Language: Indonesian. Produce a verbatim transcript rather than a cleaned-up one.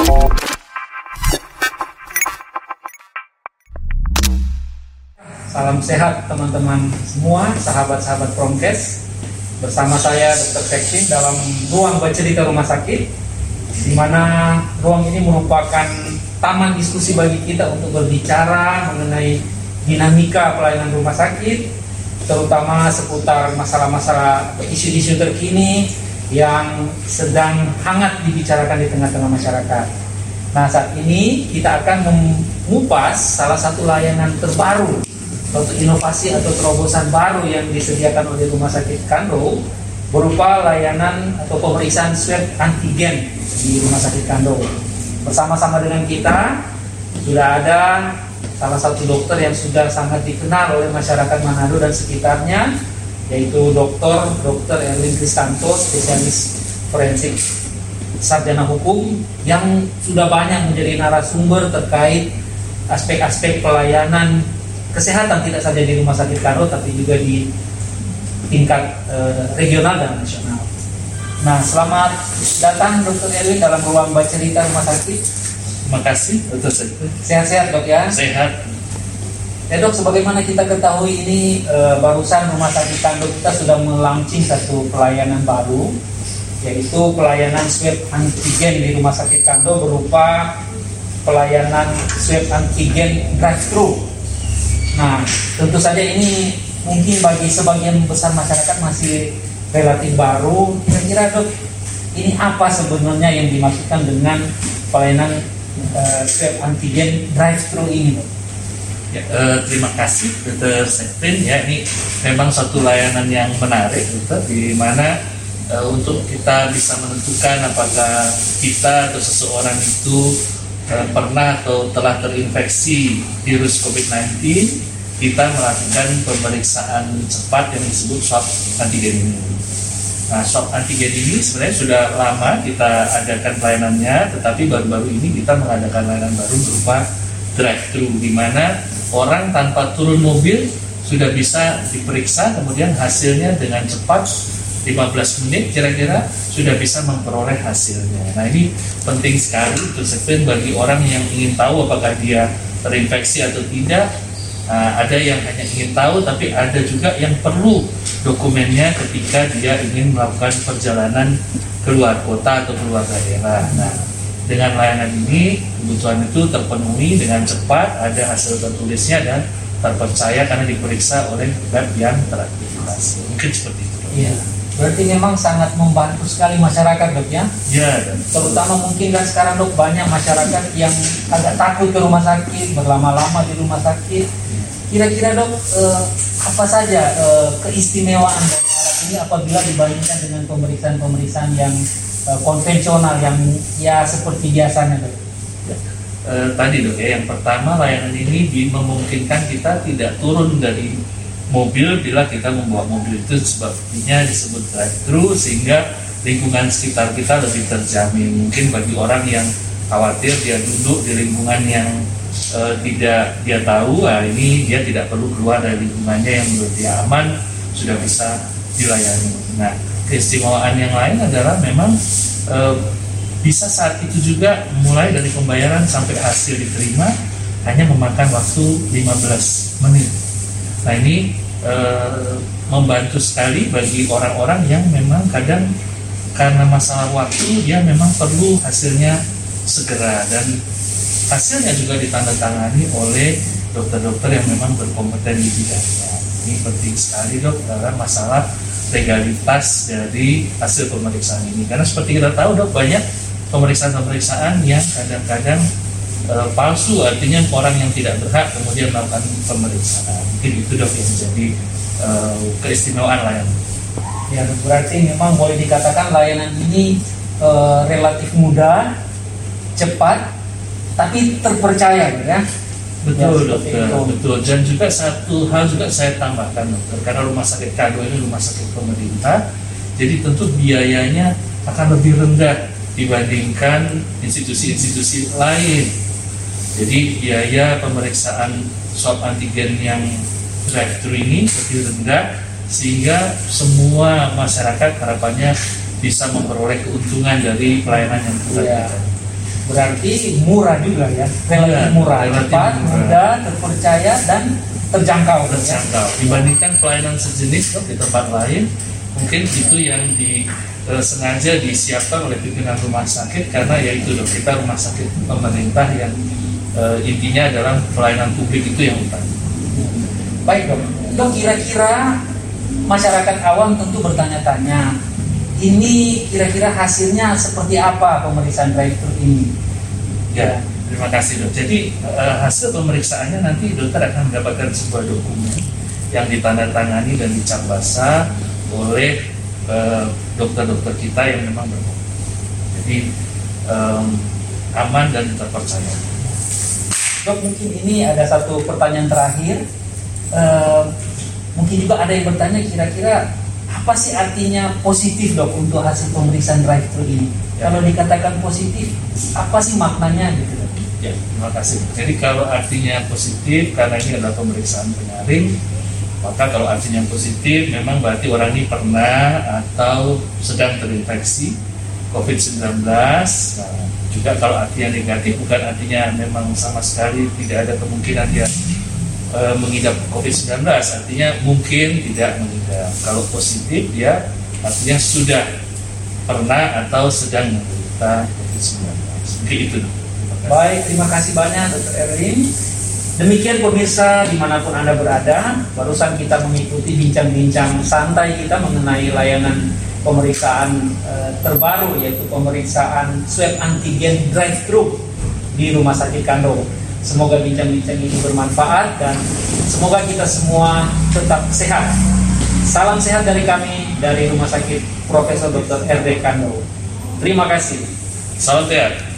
Salam sehat teman-teman semua, sahabat-sahabat Promkes. Bersama saya dokter Kevin dalam ruang bercerita rumah sakit, di mana ruang ini merupakan taman diskusi bagi kita untuk berbicara mengenai dinamika pelayanan rumah sakit, terutama seputar masalah-masalah atau isu-isu terkini yang sedang hangat dibicarakan di tengah-tengah masyarakat. Nah, saat ini kita akan mengupas salah satu layanan terbaru atau inovasi atau terobosan baru yang disediakan oleh Rumah Sakit Kando, berupa layanan atau pemeriksaan swab antigen di Rumah Sakit Kando. Bersama-sama dengan kita sudah ada salah satu dokter yang sudah sangat dikenal oleh masyarakat Manado dan sekitarnya, yaitu Dokter Dokter Erwin Kristanto, spesialis forensik sarjana hukum, yang sudah banyak menjadi narasumber terkait aspek-aspek pelayanan kesehatan tidak saja di Rumah Sakit Kando tapi juga di tingkat eh, regional dan nasional. Nah, selamat datang Dokter Erwin dalam ruang bercerita rumah sakit. Terima kasih, Dokter. Sehat-sehat Dok ya? Sehat. Ya Dok, sebagaimana kita ketahui ini eh, barusan Rumah Sakit Kando kita sudah melaunching satu pelayanan baru, yaitu pelayanan swab antigen di Rumah Sakit Kando berupa pelayanan swab antigen drive-thru. Nah, tentu saja ini mungkin bagi sebagian besar masyarakat masih relatif baru. Kira-kira Dok, ini apa sebenarnya yang dimaksudkan dengan pelayanan uh, swab antigen drive-thru ini, Dok? Ya, eh, terima kasih Dokter Kevin. Ya, ini memang satu layanan yang menarik, Dokter, di mana eh, untuk kita bisa menentukan apakah kita atau seseorang itu eh, pernah atau telah terinfeksi virus covid sembilan belas, kita melakukan pemeriksaan cepat yang disebut swab antigen ini. Nah, swab antigen ini sebenarnya sudah lama kita adakan pelayanannya, tetapi baru-baru ini kita mengadakan layanan baru berupa drive-thru, di mana orang tanpa turun mobil sudah bisa diperiksa, kemudian hasilnya dengan cepat lima belas menit kira-kira sudah bisa memperoleh hasilnya. Nah, ini penting sekali untuk bagi orang yang ingin tahu apakah dia terinfeksi atau tidak. Nah, ada yang hanya ingin tahu, tapi ada juga yang perlu dokumennya ketika dia ingin melakukan perjalanan keluar kota atau keluar daerah. Nah, dengan layanan ini kebutuhan itu terpenuhi dengan cepat, ada hasil tertulisnya dan terpercaya karena diperiksa oleh web yang terakreditasi. Mungkin seperti itu. Iya. Berarti memang sangat membantu sekali masyarakat, Dok ya? Ya, dan terutama mungkin kan sekarang Dok banyak masyarakat yang agak takut ke rumah sakit, berlama-lama di rumah sakit. Kira-kira Dok, eh, apa saja eh, keistimewaan dari alat ini apabila dibandingkan dengan pemeriksaan-pemeriksaan yang eh, konvensional yang ya seperti biasanya, Dok? ya. Eh, tadi Dok ya, yang pertama layanan ini memungkinkan kita tidak turun dari mobil bila kita membawa mobil, itu sebabnya disebut drive-thru, sehingga lingkungan sekitar kita lebih terjamin. Mungkin bagi orang yang khawatir dia duduk di lingkungan yang uh, tidak dia tahu, nah ini dia tidak perlu keluar dari lingkungannya yang menurut dia aman, sudah bisa dilayani. Nah, keistimewaan yang lain adalah memang uh, bisa saat itu juga mulai dari pembayaran sampai hasil diterima hanya memakan waktu lima belas menit. Nah, ini e, membantu sekali bagi orang-orang yang memang kadang karena masalah waktu dia memang perlu hasilnya segera, dan hasilnya juga ditandatangani oleh dokter-dokter yang memang berkompeten di bidangnya. Ini penting sekali Dok dalam masalah legalitas dari hasil pemeriksaan ini, karena seperti kita tahu Dok, banyak pemeriksaan-pemeriksaan yang kadang-kadang E, palsu, artinya orang yang tidak berhak kemudian melakukan pemeriksaan. Mungkin itu Dok yang menjadi e, keistimewaan layanan. Ya, berarti memang boleh dikatakan layanan ini e, relatif mudah, cepat, tapi terpercaya, ya? Betul, ya, Dokter, betul. Dan juga satu hal juga saya tambahkan, Dokter, karena Rumah Sakit Kando ini rumah sakit pemerintah, jadi tentu biayanya akan lebih rendah dibandingkan institusi-institusi lain. Jadi biaya pemeriksaan swab antigen yang drive-thru ini lebih rendah, sehingga semua masyarakat harapannya bisa memperoleh keuntungan dari pelayanan yang kita berikan. Berarti murah juga ya, relatif Ya, murah, relatif cepat, murah. mudah, terpercaya dan terjangkau. Dok, ya. terjangkau. Dibandingkan pelayanan sejenis dok di tempat lain, mungkin itu yang di eh, sengaja disiapkan oleh pimpinan rumah sakit karena yaitu dok kita rumah sakit pemerintah yang eh, intinya adalah pelayanan publik itu yang utama. Baik dok, dok kira-kira masyarakat awam tentu bertanya-tanya, ini kira-kira hasilnya seperti apa pemeriksaan drive-thru ini? Ya, terima kasih dok. Jadi eh, hasil pemeriksaannya nanti dokter akan mendapatkan sebuah dokumen yang ditandatangani dan dicap basah oleh eh, dokter-dokter kita yang memang berkompeten. Jadi em, aman dan terpercaya. Dok, mungkin ini ada satu pertanyaan terakhir. Eh, mungkin juga ada yang bertanya kira-kira apa sih artinya positif dok untuk hasil pemeriksaan drive-thru ini? Ya. Kalau dikatakan positif, apa sih maknanya gitu dok? Ya, terima kasih. Jadi kalau artinya positif karena ini adalah pemeriksaan penyaring, maka kalau artinya positif memang berarti orang ini pernah atau sedang terinfeksi covid sembilan belas. Nah, juga kalau artinya negatif bukan artinya memang sama sekali tidak ada kemungkinan dia e, mengidap covid sembilan belas, artinya mungkin tidak mengidap. Kalau positif dia artinya sudah pernah atau sedang menderita covid sembilan belas. Begitu. Baik, terima kasih banyak dokter Erwin. Demikian pemirsa dimanapun Anda berada, barusan kita mengikuti bincang-bincang santai kita mengenai layanan pemeriksaan e, terbaru, yaitu pemeriksaan swab antigen drive-thru di Rumah Sakit Kando. Semoga bincang-bincang ini bermanfaat dan semoga kita semua tetap sehat. Salam sehat dari kami dari Rumah Sakit Profesor dokter R D Kando. Terima kasih. Salam sehat.